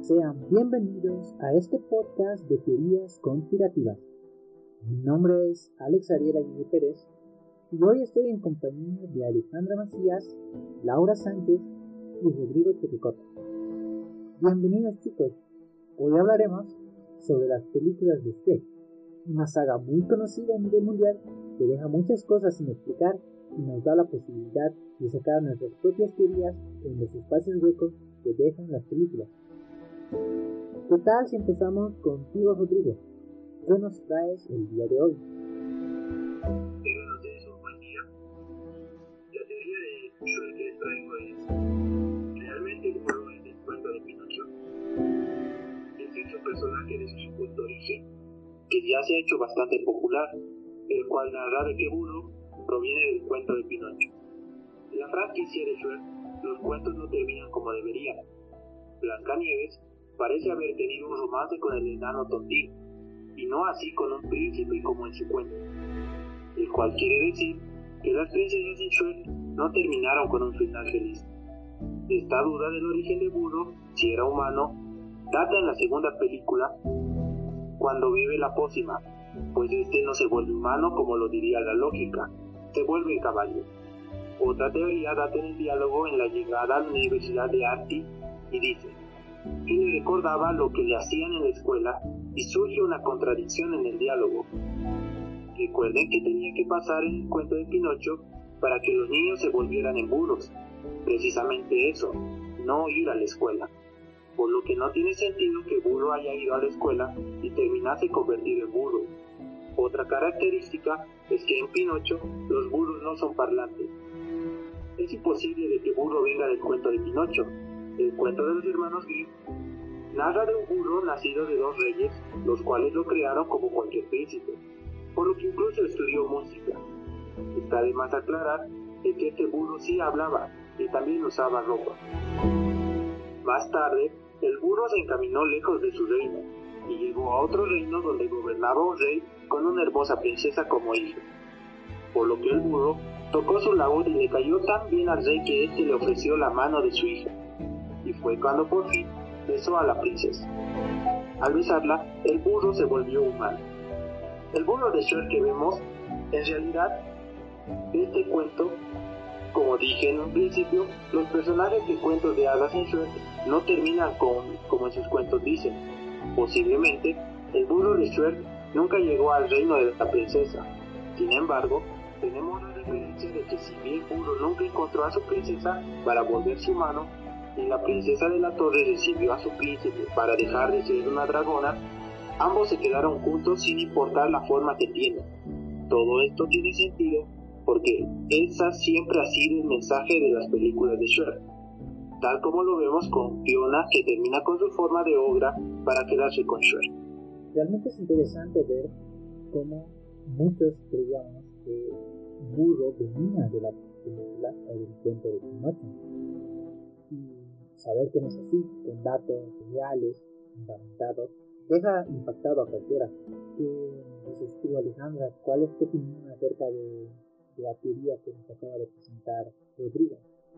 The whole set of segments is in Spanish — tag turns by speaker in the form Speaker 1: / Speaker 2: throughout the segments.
Speaker 1: Sean bienvenidos a este podcast de teorías conspirativas. Mi nombre es Alex Ariel Aguirre Pérez y hoy estoy en compañía de Alejandra Macías, Laura Sánchez y Rodrigo Chepicota. Bienvenidos chicos, hoy hablaremos sobre las películas de Shrek, una saga muy conocida a nivel mundial que deja muchas cosas sin explicar y nos da la posibilidad de sacar nuestras propias teorías en los espacios huecos que dejan las películas. ¿Qué tal si empezamos contigo, Rodrigo? ¿Qué nos traes el día de hoy?
Speaker 2: Buenos días o buen día. La teoría de Shrek que les traigo es: realmente el burro es del cuento de Pinocho. Existe un personaje de su supuesto origen que ya se ha hecho bastante popular, el cual narra de que burro proviene del cuento de Pinocho. En la franquicia de Shrek, los cuentos no terminan como deberían. Blancanieves parece haber tenido un romance con el enano Tontín, y no así con un príncipe como en su cuento, el cual quiere decir que las princesas de Shrek no terminaron con un final feliz. Esta duda del origen de burro, si era humano, data en la segunda película, cuando bebe la pócima, pues este no se vuelve humano como lo diría la lógica, se vuelve caballo. Otra teoría data en el diálogo en la llegada a la Universidad de Arti y dice que le recordaba lo que le hacían en la escuela y surge una contradicción en el diálogo. Recuerden que tenía que pasar en el cuento de Pinocho para que los niños se volvieran en burros, precisamente eso, no ir a la escuela, por lo que no tiene sentido que burro haya ido a la escuela y terminase convertido en burro. Otra característica es que en Pinocho los burros no son parlantes. Es imposible de que burro venga del cuento de Pinocho. El cuento de los hermanos Grimm narra de un burro nacido de dos reyes, los cuales lo crearon como cualquier príncipe, por lo que incluso estudió música. Está de más aclarar de que este burro sí hablaba y también usaba ropa. Más tarde, el burro se encaminó lejos de su reino y llegó a otro reino donde gobernaba un rey con una hermosa princesa como hija, por lo que el burro tocó su laúd y le cayó tan bien al rey que éste le ofreció la mano de su hija, y fue cuando por fin besó a la princesa. Al besarla, el burro se volvió humano. El burro de Shrek que vemos, en realidad, este cuento, como dije en un principio, los personajes de cuentos de hadas en Shrek no terminan como en sus cuentos dicen. Posiblemente, el burro de Shrek nunca llegó al reino de la princesa. Sin embargo, tenemos la referencia de que si bien burro nunca encontró a su princesa para volverse humano, y la princesa de la torre recibió a su príncipe para dejar de ser una dragona, ambos se quedaron juntos sin importar la forma que tienen. Todo esto tiene sentido porque esa siempre ha sido el mensaje de las películas de Shrek, tal como lo vemos con Fiona, que termina con su forma de ogra para quedarse con Shrek.
Speaker 1: Realmente es interesante ver cómo muchos creíamos que burro venía de la película o del cuento de Pinocho, y saber que no es así, con datos reales, fundamentados, deja impactado a cualquiera. ¿Qué dices tú, Alejandra? ¿Cuál es tu opinión acerca de la teoría que nos acaba de presentar Rodrigo?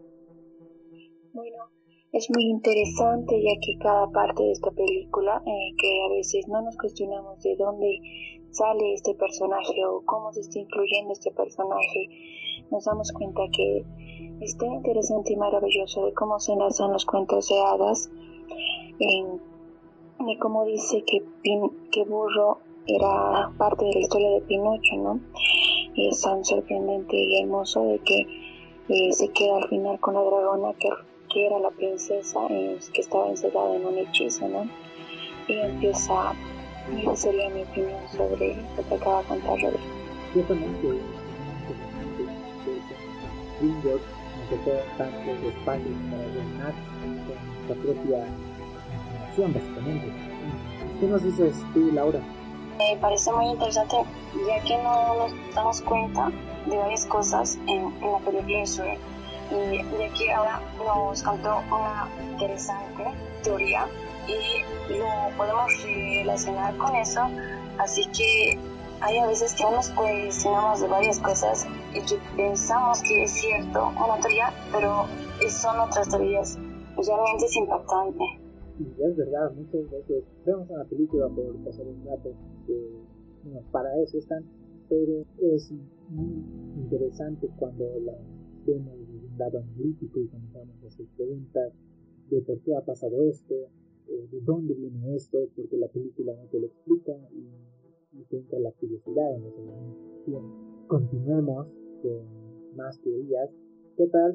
Speaker 3: Bueno, es muy interesante, ya que cada parte de esta película, que a veces no nos cuestionamos de dónde sale este personaje o cómo se está incluyendo este personaje, nos damos cuenta que está interesante y maravilloso de cómo se enlazan los cuentos de hadas, de cómo dice que burro era parte de la historia de Pinocho, ¿no? Y es tan sorprendente y hermoso de que se queda al final con la dragona que era la princesa, que estaba encerrada en un hechizo, ¿no? Y esa sería mi opinión sobre lo que acaba de contar Rodrigo.
Speaker 1: Ciertamente, DreamWorks nos dejó tantos espacios para rellenar con nuestra propia imaginación, básicamente. ¿Qué nos dices tú, Laura?
Speaker 3: Me parece muy interesante, ya que no nos damos cuenta de varias cosas en la película de Shrek, y de aquí ahora nos contó una interesante teoría y lo podemos relacionar con eso, así que hay a veces que no nos cuestionamos de varias cosas y que pensamos que es cierto una teoría, pero son otras teorías. Realmente es impactante.
Speaker 1: Y es verdad, muchas veces vemos una película por pasar un rato, para eso están, pero es muy interesante cuando la vemos desde un lado analítico y comenzamos a hacer preguntas de por qué ha pasado esto, de dónde viene esto, porque la película no te lo explica y te entra la curiosidad en ese momento. Bien, continuemos con más teorías. ¿Qué tal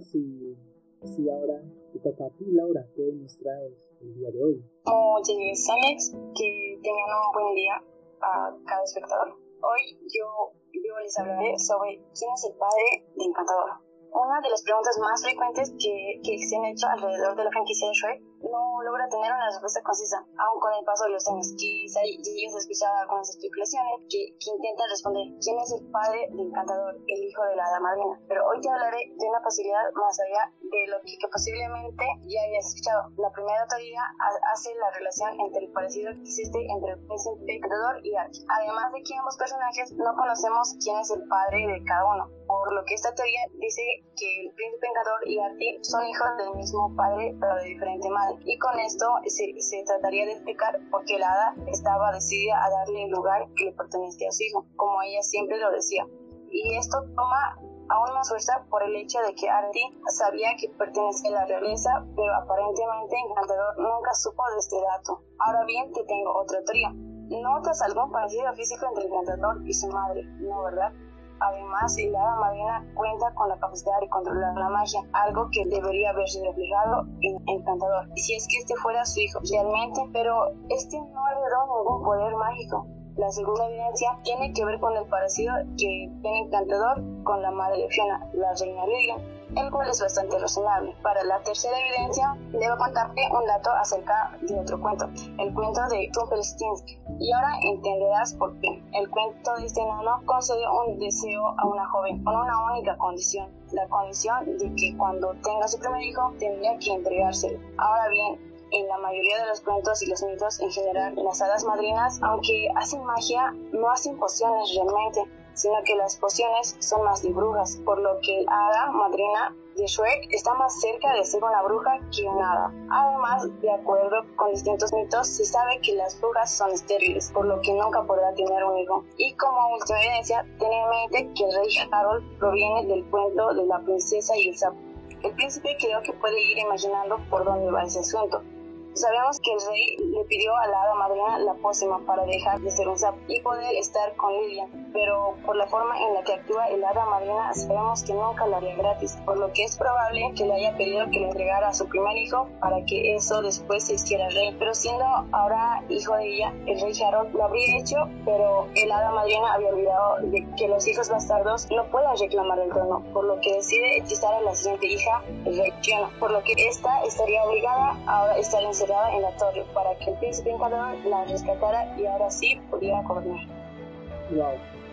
Speaker 1: si ahora te toca a ti, Laura? ¿Qué nos traes el día de hoy?
Speaker 3: Muchas gracias, Alex, que tengan un buen día a cada espectador. Hoy yo les hablaré sobre quién es el padre de Encantador. Una de las preguntas más frecuentes que se han hecho alrededor de la franquicia de Shrek no logra tener una respuesta concisa, aun con el paso de los años. Quizá llegues a escuchar algunas especulaciones que intentan responder quién es el padre de Encantador, el hijo de la hada madrina. Pero hoy te hablaré de una posibilidad más allá de lo que posiblemente ya hayas escuchado. La primera teoría hace la relación entre el parecido que existe entre el príncipe Encantador y Archie. Además de que ambos personajes no conocemos quién es el padre de cada uno, por lo que esta teoría dice que el príncipe Encantador y Archie son hijos del mismo padre pero de diferente madre. Y con esto se trataría de explicar por qué la hada estaba decidida a darle el lugar que le pertenecía a su hijo, como ella siempre lo decía. Y esto toma aún más fuerza por el hecho de que Archie sabía que pertenecía a la realeza, pero aparentemente Encantador nunca supo de este dato. Ahora bien, te tengo otra teoría. ¿Notas algún parecido físico entre Encantador y su madre? No, ¿verdad? Además, la hada madrina cuenta con la capacidad de controlar la magia, algo que debería haberse reflejado en Encantador, si es que este fuera su hijo realmente, pero este no heredó ningún poder mágico. La segunda evidencia tiene que ver con el parecido que tiene Encantador con la madre de Fiona, la reina Lilian, el cual es bastante razonable. Para la tercera evidencia, debo contarte un dato acerca de otro cuento, el cuento de Rumpelstiltskin. Y ahora entenderás por qué. El cuento de este enano concedió un deseo a una joven con una única condición, la condición de que cuando tenga su primer hijo tendría que entregárselo. Ahora bien, en la mayoría de los cuentos y los mitos en general, las hadas madrinas, aunque hacen magia, no hacen pociones realmente, sino que las pociones son más de brujas, por lo que la hada madrina de Shrek está más cerca de ser una bruja que una hada. Además, de acuerdo con distintos mitos, se sabe que las brujas son estériles, por lo que nunca podrá tener un hijo. Y como última evidencia, ten en mente que el rey Harold proviene del cuento de la princesa y el sapo. El príncipe creo que puede ir imaginando por dónde va ese asunto. Sabemos que el rey le pidió a la hada madrina la pócima para dejar de ser un sapo y poder estar con Lilian, pero por la forma en la que actúa el hada madrina sabemos que nunca lo haría gratis, por lo que es probable que le haya pedido que le entregara a su primer hijo para que eso después se hiciera rey. Pero siendo ahora hijo de ella, el rey Harold lo habría hecho, pero el hada madrina había olvidado de que los hijos bastardos no pueden reclamar el trono, por lo que decide hechizar a la siguiente hija, el rey Fiona, por lo que esta estaría obligada a ahora estar encerrada en la torre para que el príncipe Encantador la rescatara y ahora sí pudiera gobernar.
Speaker 1: Wow,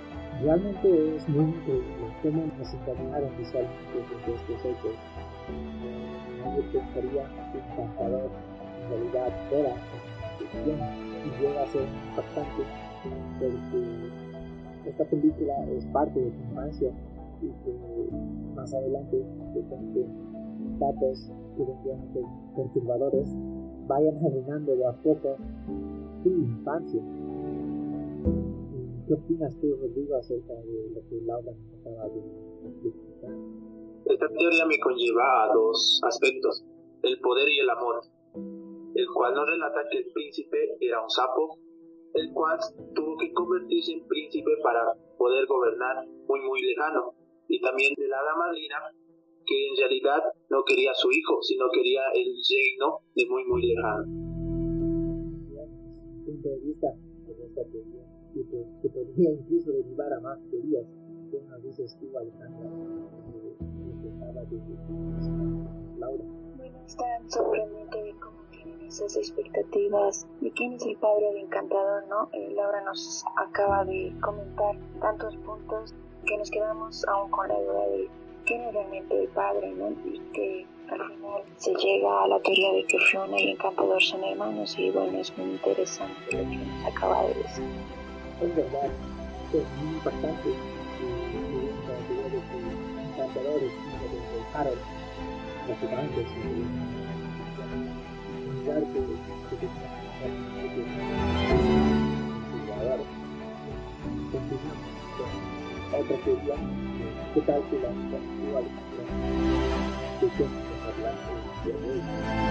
Speaker 1: realmente es muy increíble cómo nos encaminaron visualmente desde estos hechos. Nadie pensaría que Encantador en realidad fuera ficción y llega a ser impactante porque esta película es parte de tu infancia y que más adelante de repente datos que vendrían a ser perturbadores vayan arruinando de a poco tu infancia. ¿Qué opinas tú, Rodrigo, acerca de lo que Laura nos acaba de explicar?
Speaker 2: Esta teoría me conlleva a dos aspectos, el poder y el amor, el cual nos relata que el príncipe era un sapo, el cual tuvo que convertirse en príncipe para poder gobernar muy lejano, y también de la hada madrina, que en realidad no quería a su hijo, sino quería el reino de muy lejano.
Speaker 1: Desde mi punto de vista, de esta teoría, que podría incluso derivar a más teorías, que nos dices tú, Alejandra, que estaba desde Laura.
Speaker 3: Bueno, es tan sorprendente de cómo tienen esas expectativas de quién es el padre del Encantador, ¿no? Laura nos acaba de comentar tantos puntos que nos quedamos aún con la duda de quién es realmente el padre, ¿no? Y que al final se llega a la teoría de que Fiona y Encantador son hermanos y bueno, es muy interesante lo que nos acaba de decir.
Speaker 1: Es verdad, es muy impactante la teoría de que Encantador es hijo de Harold, prácticamente es parte de que continuamos con otra teoría. ¿Qué tal si la igual de qué estamos hablando de hoy?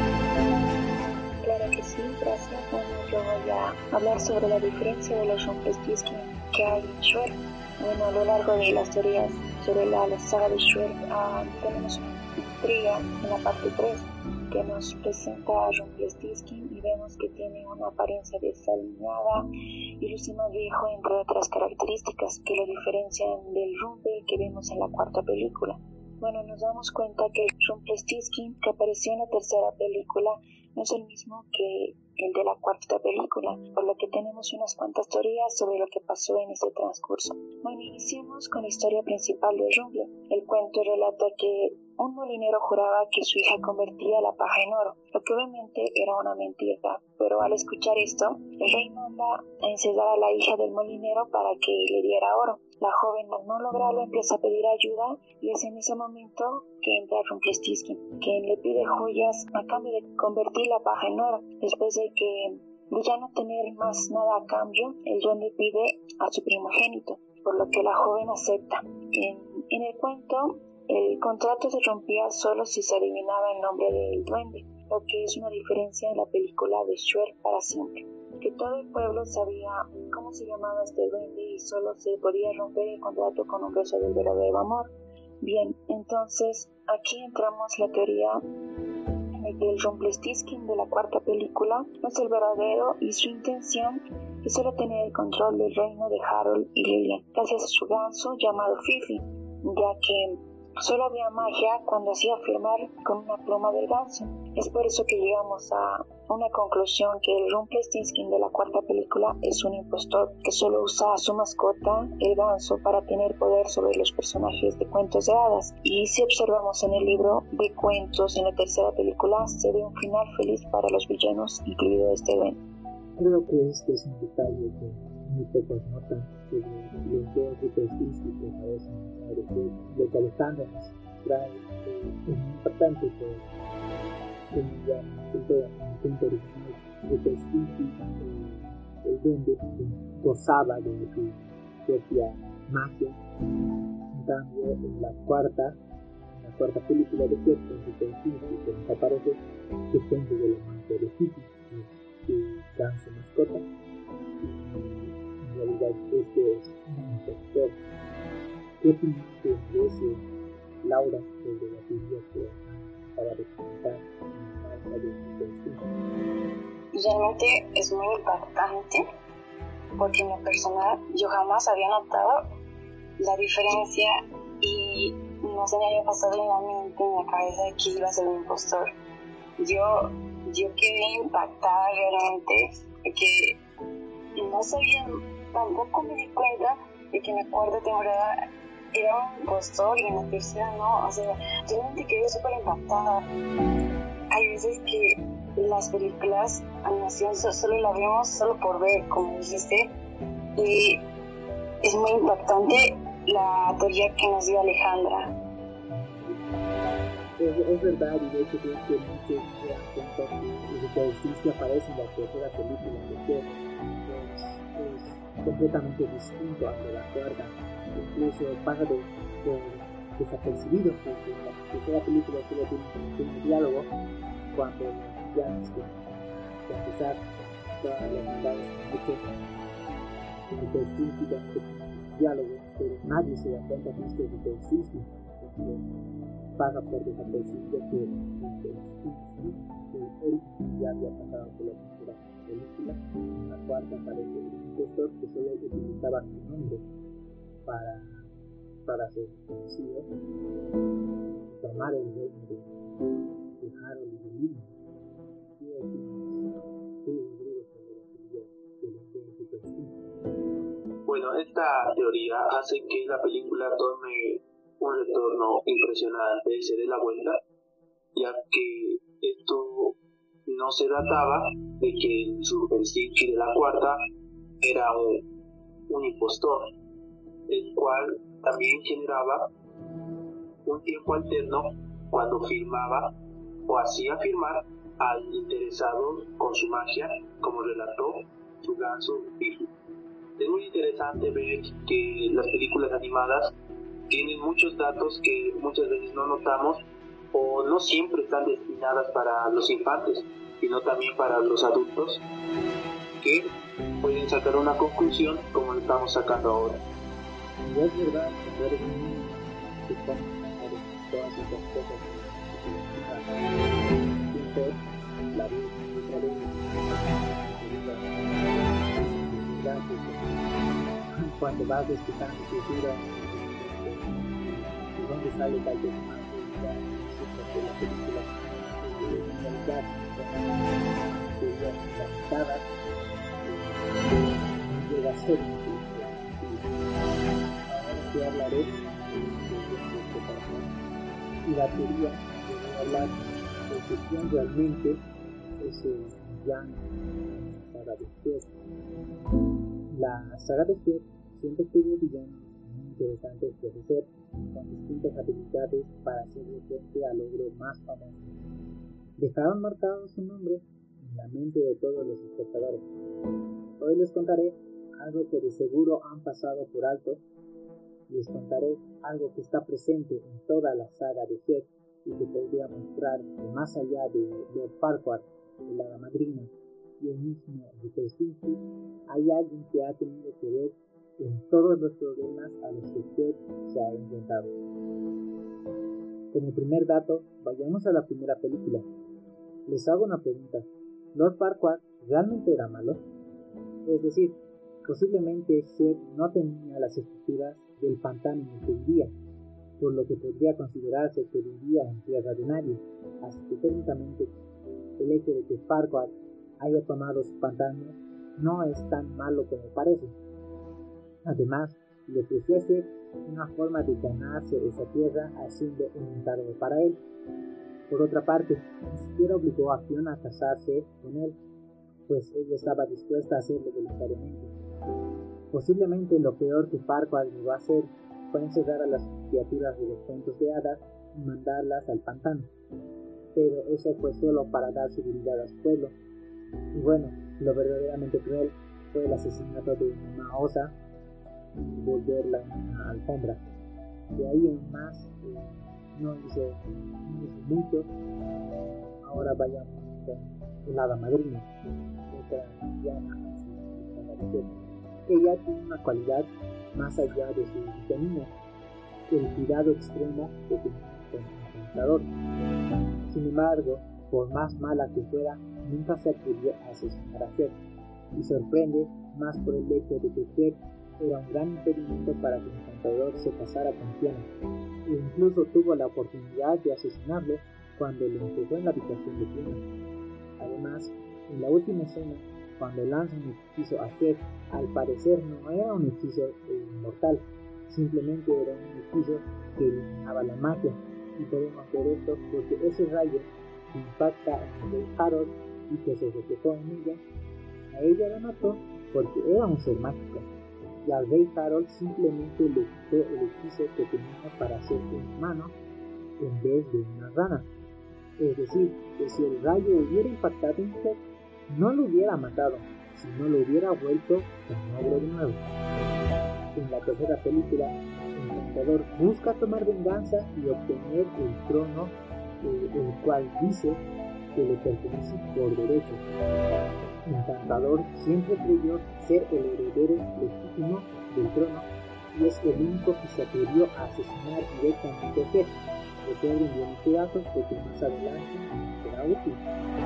Speaker 3: Claro que sí, gracias. Bueno, yo voy a hablar sobre la diferencia de los Rumpelstiltskin que hay en Shrek. Bueno, a lo largo de las teorías sobre la saga de Shrek, tenemos una intriga en la parte 3 que nos presenta a Rumpelstiltskin y vemos que tiene una apariencia desaliñada y luce más viejo, entre otras características que lo diferencian del Rumpel que vemos en la cuarta película. Bueno, nos damos cuenta que el Rumpelstiltskin que apareció en la tercera película no es el mismo que el de la cuarta película, por lo que tenemos unas cuantas teorías sobre lo que pasó en este transcurso. Bueno, iniciemos con la historia principal de Rumple. El cuento relata que un molinero juraba que su hija convertía la paja en oro, lo que obviamente era una mentira, pero al escuchar esto, el rey manda a encerrar a la hija del molinero para que le diera oro. La joven, al no lograrlo, empieza a pedir ayuda y es en ese momento que entra Rumpelstiltskin, quien le pide joyas a cambio de convertir la paja en oro. Después de ya no tener más nada a cambio, el duende pide a su primogénito, por lo que la joven acepta. En el cuento, el contrato se rompía solo si se adivinaba el nombre del duende, lo que es una diferencia en la película de Shrek para siempre. Que todo el pueblo sabía cómo se llamaba este duende y solo se podía romper el contrato con un beso del verdadero amor. Bien, entonces aquí entramos la teoría de que el Rumpelstiltskin de la cuarta película no es el verdadero y su intención es solo tener el control del reino de Harold y Lilian, gracias a su ganso llamado Fifi, ya que solo había magia cuando hacía firmar con una pluma del ganso. Es por eso que llegamos a una conclusión que el Rumpelstiltskin de la cuarta película es un impostor que solo usa a su mascota, el ganso, para tener poder sobre los personajes de cuentos de hadas. Y si observamos en el libro de cuentos en la tercera película, se ve un final feliz para los villanos, incluido este duende.
Speaker 1: Creo que este es un detalle que muy pocos notan sobre los dos Rumpelstiltskin que aparecen en la de lo que Alejandro nos trae. Es muy importante que digamos, en el cuento original Rumpelstiltskin, el duende gozaba de su propia magia. En cambio, en la cuarta película de cierto, Rumpelstiltskin que nos aparece, depende de la magia de Fifi, su ganso mascota. En realidad este es un impostor. ¿Qué opinas de ese, Laura, sobre la teoría que acaba de comentar en marca de Rumpelstiltskin?
Speaker 3: Realmente es muy impactante porque en lo personal yo jamás había notado la diferencia y no se me había pasado en la mente, en la cabeza, que iba a ser un impostor. Yo quedé impactada realmente porque no sabía, tampoco me di cuenta de que en la cuarta temporada era un impostor y en la tercera no. O sea, realmente quedé súper impactada. Hay veces que las películas, animación, solo la vemos solo por ver, como dijiste, y es muy impactante la teoría que nos dio Alejandra.
Speaker 1: Es verdad, y de hecho creo que muchos se dan cuenta que Rumpelstiltskin aparece en la tercera película de Shrek es completamente distinto a la cuarta, incluso pasa de desapercibido, porque en la tercera película solo tiene un diálogo cuando los villanos que empezar todas las maldades en Rumpelstiltskin tiene un diálogo, pero nadie se da cuenta que este es Rumpelstiltskin, porque paga por desapercibido que Rumpelstiltskin ya había pasado por la tercera película. En la cuarta aparece un impostor que solo utilizaba su nombre para ser conocido, tomar el reino de Harold y de Lilian. ¿Qué opinas tú, Rodrigo, sobre la teoría de los dos Rumpelstiltskin?
Speaker 2: Bueno, esta teoría hace que la película tome un retorno impresionante, se dé la vuelta, ya que esto no se trataba de que el Rumpelstiltskin de la cuarta era un impostor, el cual también generaba un tiempo alterno cuando firmaba o hacía firmar al interesado con su magia, como relató su ganso Piffy. Es muy interesante ver que las películas animadas tienen muchos datos que muchas veces no notamos o no siempre están destinadas para los infantes, sino también para los adultos que pueden sacar una conclusión como lo estamos sacando ahora.
Speaker 1: Y es verdad, cuando eres un niño, te pones a hacer todas esas cosas que la vida otra vez, cuando vas despertando tu vida, de dónde sale tal personaje, ya de la película, en realidad, la llega a ser ahora te hablaré de interpretación y la teoría que voy a hablar de que quién realmente es el villano de la saga de Shrek. La saga de Shrek siempre tuvo villanos muy interesantes de ofrecer con distintas habilidades para hacerle frente al logro más famoso. Dejaron marcado su nombre en la mente de todos los espectadores. Hoy les contaré algo que de seguro han pasado por alto. Les contaré algo que está presente en toda la saga de Shrek y que podría mostrar que más allá de Lord Farquaad, el hada madrina y el mismo Rupert Stimpy, hay alguien que ha tenido que ver en todos los problemas a los que Shrek se ha enfrentado. Como primer dato, vayamos a la primera película. Les hago una pregunta. ¿Lord Farquaad realmente era malo? Es decir, posiblemente Shrek no tenía las estructuras del pantano en el que vivía, por lo que podría considerarse que vivía en tierra de nadie, así que técnicamente el hecho de que Farquaad haya tomado su pantano no es tan malo como parece. Además, le ofreció a Shrek una forma de ganarse esa tierra haciendo un encargo para él. Por otra parte, ni siquiera obligó a Fiona a casarse con él, pues ella estaba dispuesta a hacerlo voluntariamente. Posiblemente lo peor que Farquaad llegó a hacer fue encerrar a las criaturas de los cuentos de hadas y mandarlas al pantano, pero eso fue solo para dar seguridad a su pueblo. Y bueno, lo verdaderamente cruel fue el asesinato de una osa y volverla en una alfombra. De ahí en más no hizo mucho. Ahora vayamos con el hada madrina, otra villana. Ella tiene una cualidad más allá de su vitamina, el cuidado extremo que tenía con el encantador. Sin embargo, por más mala que fuera, nunca se atrevió a asesinar a Shrek, y sorprende más por el hecho de que Shrek era un gran impedimento para que el encantador se casara con Fiona, e incluso tuvo la oportunidad de asesinarlo cuando lo encerró en la habitación de Fiona. Además, en la última escena, cuando lanza un hechizo a Shrek, al parecer no era un hechizo inmortal, simplemente era un hechizo que eliminaba la magia, y podemos ver esto porque ese rayo que impacta en el rey Harold y que se reflejó en ella, a ella la mató porque era un ser mágico, y al rey Harold simplemente le quitó el hechizo que tenía para hacer un humano en vez de una rana. Es decir, que si el rayo hubiera impactado en Shrek, no lo hubiera matado, sino lo hubiera vuelto tan noble de nuevo. En la tercera película, el encantador busca tomar venganza y obtener el trono, el cual dice que le pertenece por derecho. El encantador siempre creyó ser el heredero legítimo del trono y es el único que se atrevió a asesinar directamente a Shrek. Recuerden bien este dato porque más adelante será útil.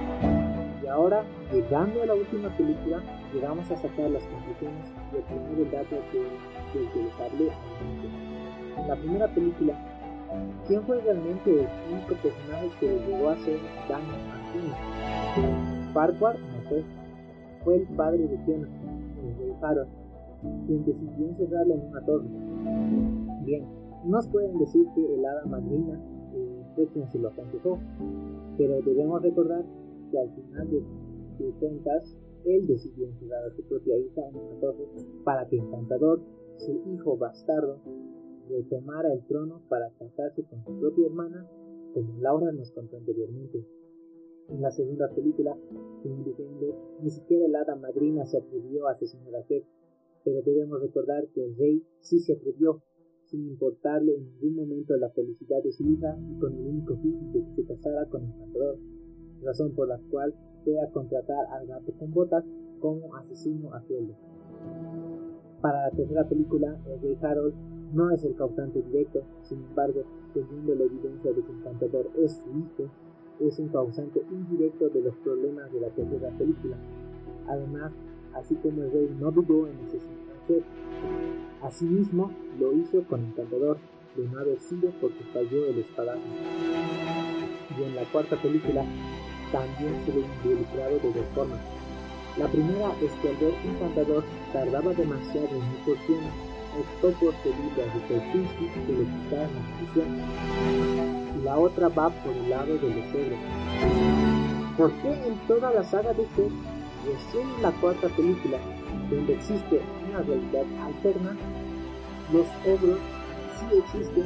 Speaker 1: Y ahora, llegando a la última película, llegamos a sacar las conclusiones y obtener el dato del que les hablé al inicio. En la primera película, ¿quién fue realmente el único personaje que le llegó a hacer daño a Fiona? Farquaad no fue el padre de Fiona, el rey Harold, quien decidió encerrarla en una torre. Bien, unos pueden decir que el hada madrina fue quien se lo aconsejó, pero debemos recordar que al final de cuentas él decidió encerrar a su propia hija en una torre para que Encantador, su hijo bastardo, retomara el trono para casarse con su propia hermana, como Laura nos contó anteriormente. En la segunda película, según dijimos, ni siquiera el hada madrina se atrevió a asesinar a Seth, pero debemos recordar que el rey sí se atrevió, sin importarle en ningún momento la felicidad de su hija y con el único fin de que se casara con el encantador, razón por la cual fue a contratar al gato con botas como asesino a sueldo. Para la tercera película, el rey Harold no es el causante directo, sin embargo, teniendo la evidencia de que el encantador es su hijo, es un causante indirecto de los problemas de la tercera película. Además, así como el rey no dudó en asesinar a Seth, asimismo lo hizo con el encantador, de no haber sido porque falló el espadazo. Y en la cuarta película también se ve involucrado de dos formas. La primera es que el rey encantador tardaba demasiado en ir por Fiona, optó por pedirle a Rupertinsky que le quitara la maldición. Y la otra va por el lado de los ogros. ¿Por qué en toda la saga de Seth, recién en la cuarta película, donde existe una realidad alterna, los ogros sí existen,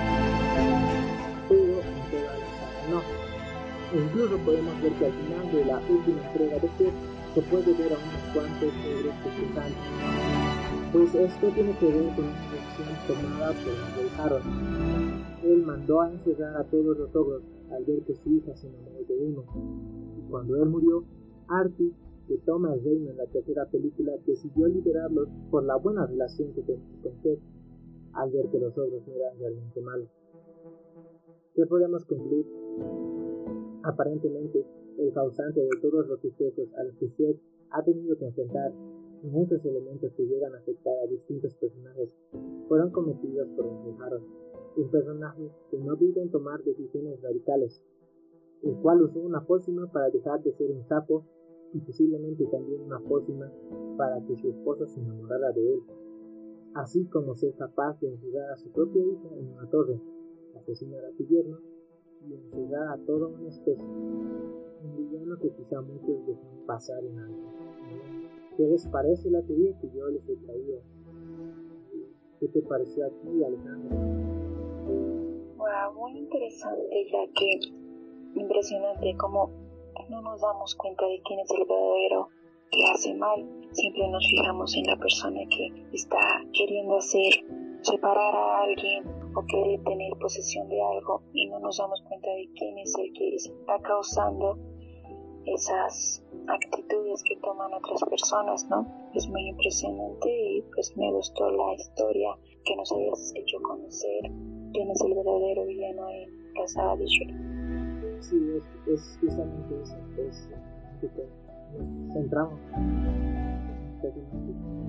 Speaker 1: pero en toda la saga no? E incluso podemos ver que al final de la última entrega de Seth se puede ver a unos cuantos ogros que se salen. Pues esto tiene que ver con una decisión tomada por el rey Harold. Él mandó a encerrar a todos los ogros al ver que su hija se enamoró de uno. Y cuando él murió, Artie, que toma el reino en la tercera película, decidió liberarlos por la buena relación que tenía con Seth, al ver que los ogros no eran realmente malos. ¿Qué podemos concluir? Aparentemente, el causante de todos los sucesos a los que Seth ha tenido que enfrentar y muchos elementos que llegan a afectar a distintos personajes fueron cometidos por el rey Harold, un personaje que no duda en tomar decisiones radicales, el cual usó una pócima para dejar de ser un sapo y posiblemente también una pócima para que su esposa se enamorara de él, así como ser capaz de encerrar a su propia hija en una torre, asesinar a su yerno y encerrar a toda una especie, un villano que quizá muchos dejan pasar en algo. ¿Qué les parece la teoría que yo les he traído? ¿Qué te pareció a ti, Alejandro?
Speaker 3: Wow, muy interesante, ya que impresionante cómo no nos damos cuenta de quién es el verdadero que hace mal. Siempre nos fijamos en la persona que está queriendo separar a alguien o quiere tener posesión de algo y no nos damos cuenta de quién es el que está causando esas actitudes que toman otras personas, ¿no? Es muy impresionante y pues me gustó la historia que nos hayas hecho conocer quién es el verdadero villano en la saga de Shrek.
Speaker 1: Sí, es justamente eso, es que nos centramos en un personaje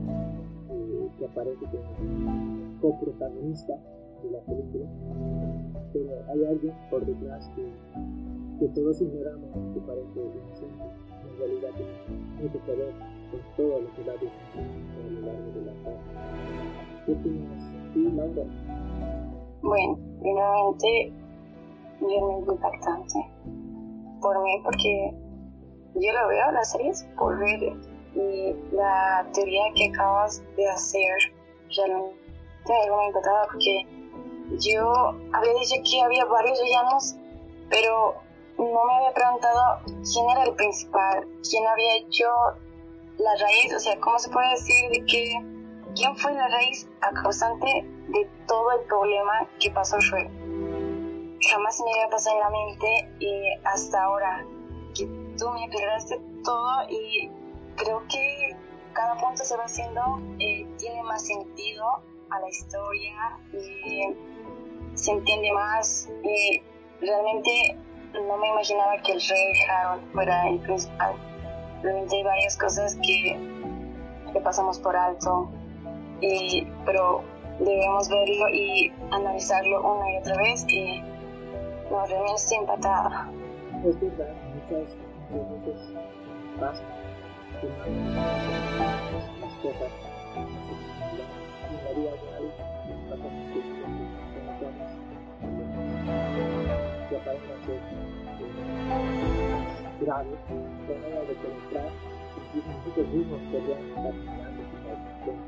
Speaker 1: que aparece como coprotagonista de la película, pero hay alguien por detrás que todos ignoramos, que parece inocente, en realidad tiene mucho que ver con todo lo que va descubriendo a lo largo de la saga. ¿Qué opinas tú, Laura?
Speaker 3: Bueno, primeramente, realmente impactante por mí, porque yo lo veo las series por ver, y la teoría que acabas de hacer realmente algo me impactaba, porque yo había dicho que había varios villanos, pero no me había preguntado quién era el principal, quién había hecho la raíz, o sea, ¿cómo se puede decir de que quién fue la raíz causante de todo el problema que pasó Shrek? Jamás se me había pasado en la mente hasta ahora que tú me aclaraste todo, y creo que cada punto se va haciendo, tiene más sentido a la historia y se entiende más. Realmente no me imaginaba que el rey Harold fuera el principal. Realmente hay varias cosas que pasamos por alto, pero debemos verlo y analizarlo una y otra vez. No, realmente estoy empatada.
Speaker 1: Es verdad, muchas veces pasa que no las cosas en la vida real pasa mucho que aparecen ser graves, pero no de penetrar, y nosotros mismos podrían estar mirando sin darnos cuenta.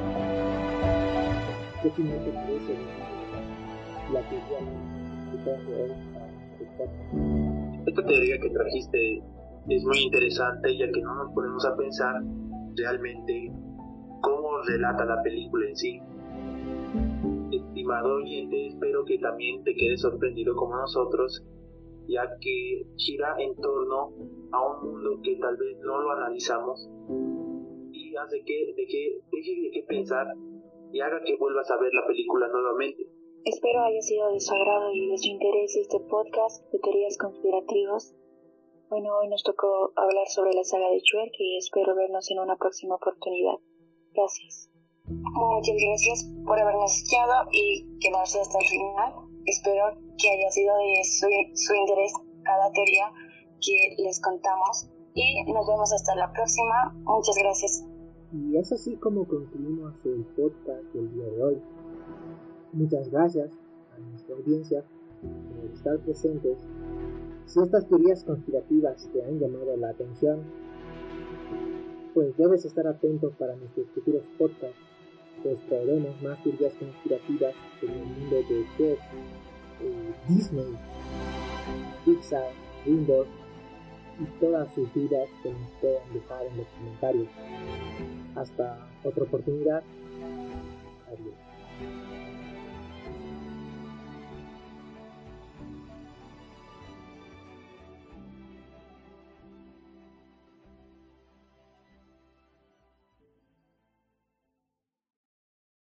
Speaker 1: ¿Qué opinión te parece la teoría de hoy?
Speaker 2: Esta teoría que trajiste es muy interesante, ya que no nos ponemos a pensar realmente cómo relata la película en sí. Estimado oyente, espero que también te quedes sorprendido como nosotros, ya que gira en torno a un mundo que tal vez no lo analizamos y hace deje de que pensar y haga que vuelvas a ver la película nuevamente.
Speaker 3: Espero haya sido de su agrado y de su interés este podcast de teorías conspirativas. Bueno, hoy nos tocó hablar sobre la saga de Shrek y espero vernos en una próxima oportunidad. Gracias. Muchas gracias por habernos escuchado y quedarse hasta el final. Espero que haya sido de su interés cada teoría que les contamos y nos vemos hasta la próxima. Muchas gracias.
Speaker 1: Y es así como concluimos el podcast del día de hoy. Muchas gracias a nuestra audiencia por estar presentes. Si estas teorías conspirativas te han llamado la atención, pues debes estar atento para nuestros futuros podcasts, pues traeremos más teorías conspirativas sobre el mundo de Shrek, Disney, Pixar, DreamWorks y todas sus dudas que nos puedan dejar en los comentarios. Hasta otra oportunidad. Adiós.